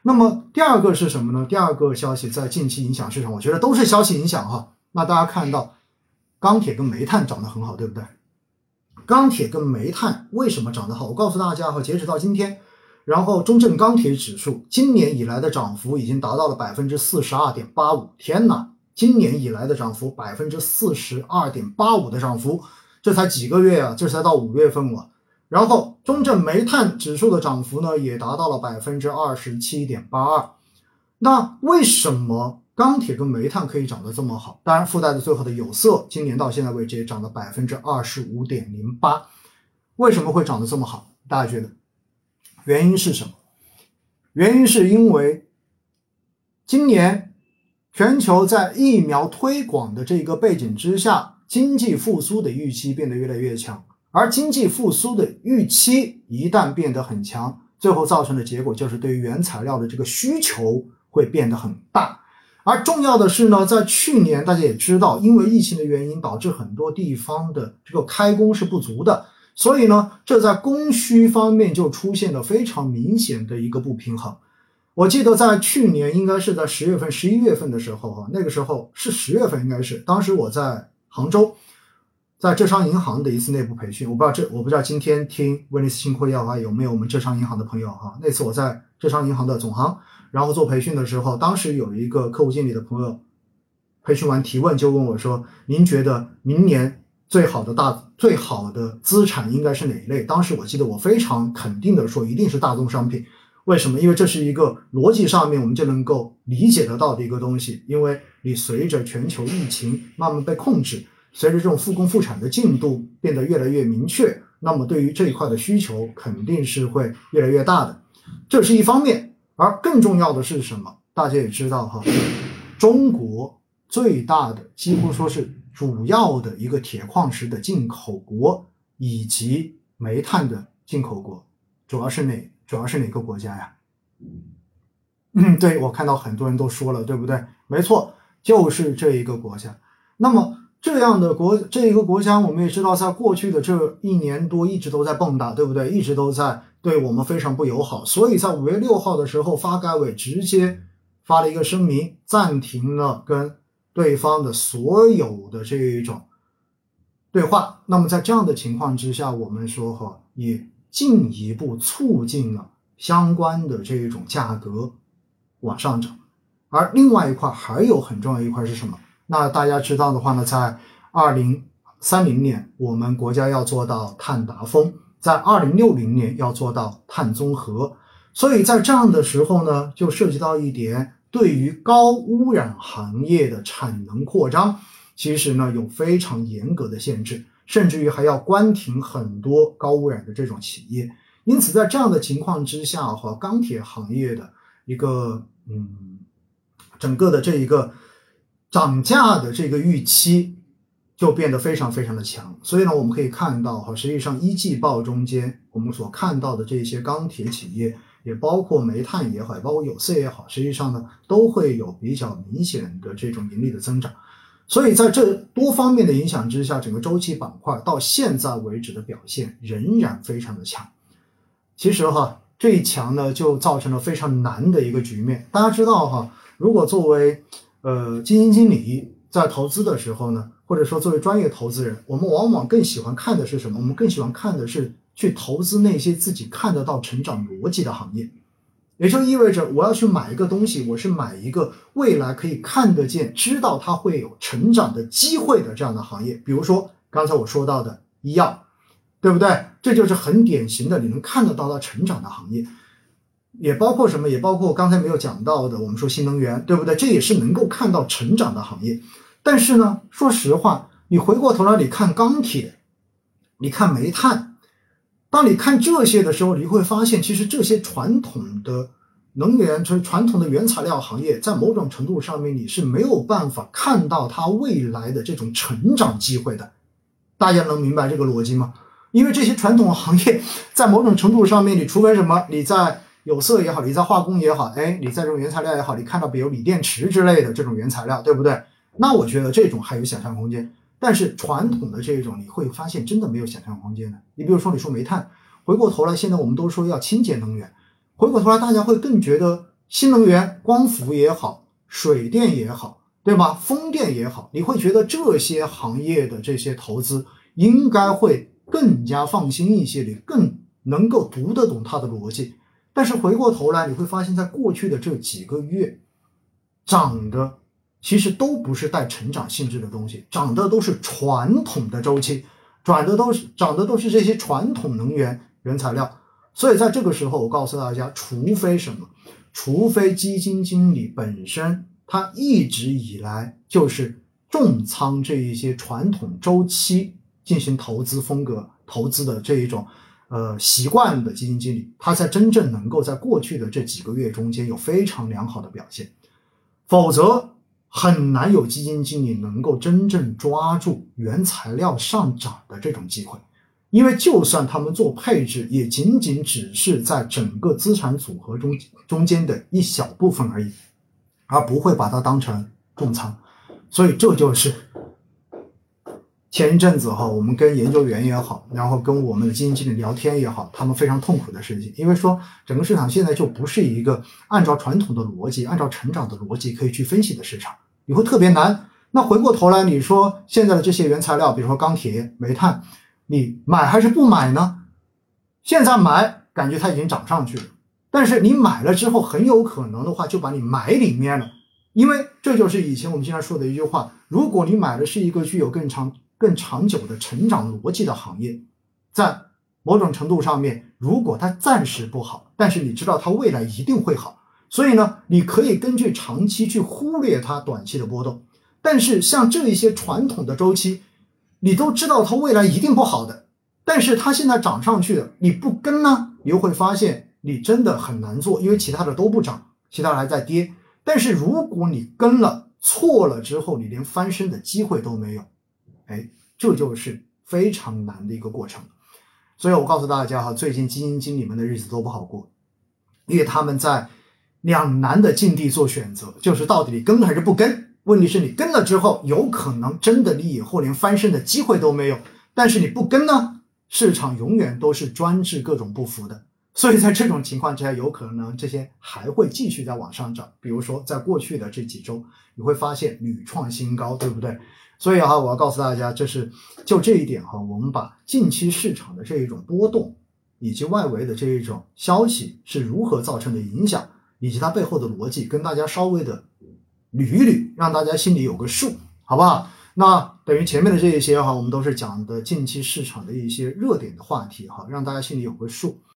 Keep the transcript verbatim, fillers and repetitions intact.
那么第二个是什么呢？第二个消息在近期影响市场，我觉得都是消息影响哈。那大家看到钢铁跟煤炭涨得很好，对不对？钢铁跟煤炭为什么涨得好？我告诉大家哈，截止到今天，然后中证钢铁指数今年以来的涨幅已经达到了 百分之四十二点八五， 天哪，今年以来的涨幅 百分之四十二点八五 的涨幅，这才几个月啊，这才到五月份了。然后中证煤炭指数的涨幅呢也达到了 百分之二十七点八二。 那为什么钢铁跟煤炭可以涨得这么好？当然附带的最后的有色今年到现在为止也涨了 百分之二十五点零八。 为什么会涨得这么好？大家觉得原因是什么？原因是因为今年全球在疫苗推广的这个背景之下，经济复苏的预期变得越来越强，而经济复苏的预期一旦变得很强，最后造成的结果就是对于原材料的这个需求会变得很大。而重要的是呢，在去年大家也知道，因为疫情的原因导致很多地方的这个开工是不足的，所以呢，这在供需方面就出现了非常明显的一个不平衡。我记得在去年应该是在十月份、十一月份的时候哈，那个时候是十月份应该是，当时我在杭州，在浙商银行的一次内部培训，我不知道这我不知道今天听威尼斯新辉耀啊有没有我们浙商银行的朋友哈。那次我在浙商银行的总行，然后做培训的时候，当时有一个客户经理的朋友培训完提问就问我说：“您觉得明年最好的大最好的资产应该是哪一类？”当时我记得我非常肯定的说，一定是大宗商品。为什么？因为这是一个逻辑上面我们就能够理解得到的一个东西，因为你随着全球疫情慢慢被控制，随着这种复工复产的进度变得越来越明确，那么对于这一块的需求肯定是会越来越大的，这是一方面。而更重要的是什么？大家也知道哈，中国最大的几乎说是主要的一个铁矿石的进口国以及煤炭的进口国，主要是哪主要是哪个国家呀？嗯，对，我看到很多人都说了，对不对？没错，就是这一个国家。那么这样的国这一个国家，我们也知道，在过去的这一年多一直都在蹦跶，对不对？一直都在对我们非常不友好，所以在五月六号的时候，发改委直接发了一个声明，暂停了跟对方的所有的这一种对话。那么在这样的情况之下，我们说哈，也进一步促进了相关的这一种价格往上涨。而另外一块还有很重要一块是什么？那大家知道的话呢，在二零三零年我们国家要做到碳达峰，在二零六零年要做到碳中和。所以在这样的时候呢，就涉及到一点，对于高污染行业的产能扩张，其实呢有非常严格的限制，甚至于还要关停很多高污染的这种企业。因此在这样的情况之下的话，钢铁行业的一个嗯整个的这一个涨价的这个预期就变得非常非常的强。所以呢，我们可以看到哈，实际上一季报中间我们所看到的这些钢铁企业，也包括煤炭也好，也包括有色也好，实际上呢都会有比较明显的这种盈利的增长。所以在这多方面的影响之下，整个周期板块到现在为止的表现仍然非常的强。其实哈，这一强呢就造成了非常难的一个局面。大家知道哈，如果作为呃基金经理在投资的时候呢，或者说作为专业投资人，我们往往更喜欢看的是什么？我们更喜欢看的是去投资那些自己看得到成长逻辑的行业。也就意味着我要去买一个东西，我是买一个未来可以看得见，知道它会有成长的机会的这样的行业。比如说刚才我说到的医药，对不对？这就是很典型的你能看得到它成长的行业。也包括什么？也包括刚才没有讲到的，我们说新能源，对不对？这也是能够看到成长的行业。但是呢，说实话，你回过头来你看钢铁，你看煤炭，当你看这些的时候，你会发现其实这些传统的能源，就是传统的原材料行业，在某种程度上面你是没有办法看到它未来的这种成长机会的。大家能明白这个逻辑吗？因为这些传统行业在某种程度上面，你除非什么，你在有色也好，你在化工也好，哎，你在这种原材料也好，你看到比如锂电池之类的这种原材料，对不对？那我觉得这种还有想象空间。但是传统的这种你会发现真的没有想象空间的。你比如说你说煤炭，回过头来现在我们都说要清洁能源，回过头来大家会更觉得新能源、光伏也好，水电也好，对吧？风电也好，你会觉得这些行业的这些投资应该会更加放心一些，你更能够读得懂它的逻辑。但是回过头来，你会发现在过去的这几个月，涨的其实都不是带成长性质的东西，涨的都是传统的周期，涨的都是涨的都是这些传统能源原材料。所以在这个时候，我告诉大家，除非什么？除非基金经理本身他一直以来就是重仓这一些传统周期进行投资风格投资的这一种呃习惯的基金经理，他才真正能够在过去的这几个月中间有非常良好的表现，否则很难有基金经理能够真正抓住原材料上涨的这种机会。因为就算他们做配置，也仅仅只是在整个资产组合中中间的一小部分而已，而不会把它当成重仓。所以这就是前一阵子哈，我们跟研究员也好，然后跟我们的基金经理聊天也好，他们非常痛苦的事情。因为说整个市场现在就不是一个按照传统的逻辑，按照成长的逻辑可以去分析的市场，你会特别难。那回过头来，你说现在的这些原材料，比如说钢铁、煤炭，你买还是不买呢？现在买感觉它已经涨上去了，但是你买了之后很有可能的话就把你买里面了。因为这就是以前我们经常说的一句话，如果你买的是一个具有更长更长久的成长逻辑的行业，在某种程度上面，如果它暂时不好，但是你知道它未来一定会好，所以呢你可以根据长期去忽略它短期的波动。但是像这一些传统的周期，你都知道它未来一定不好的，但是它现在涨上去了，你不跟呢，你又会发现你真的很难做，因为其他的都不涨，其他的还在跌。但是如果你跟了错了之后，你连翻身的机会都没有，哎，这就是非常难的一个过程。所以我告诉大家哈，最近基金经理们的日子都不好过，因为他们在两难的境地做选择，就是到底你跟还是不跟。问题是你跟了之后，有可能真的你以后连翻身的机会都没有，但是你不跟呢，市场永远都是专治各种不服的。所以在这种情况之下，有可能这些还会继续在往上涨。比如说在过去的这几周，你会发现屡创新高，对不对？所以哈，我要告诉大家，这是就这一点哈，我们把近期市场的这一种波动，以及外围的这一种消息是如何造成的影响，以及它背后的逻辑，跟大家稍微的捋一捋，让大家心里有个数，好不好？那等于前面的这一些哈，我们都是讲的近期市场的一些热点的话题哈，让大家心里有个数。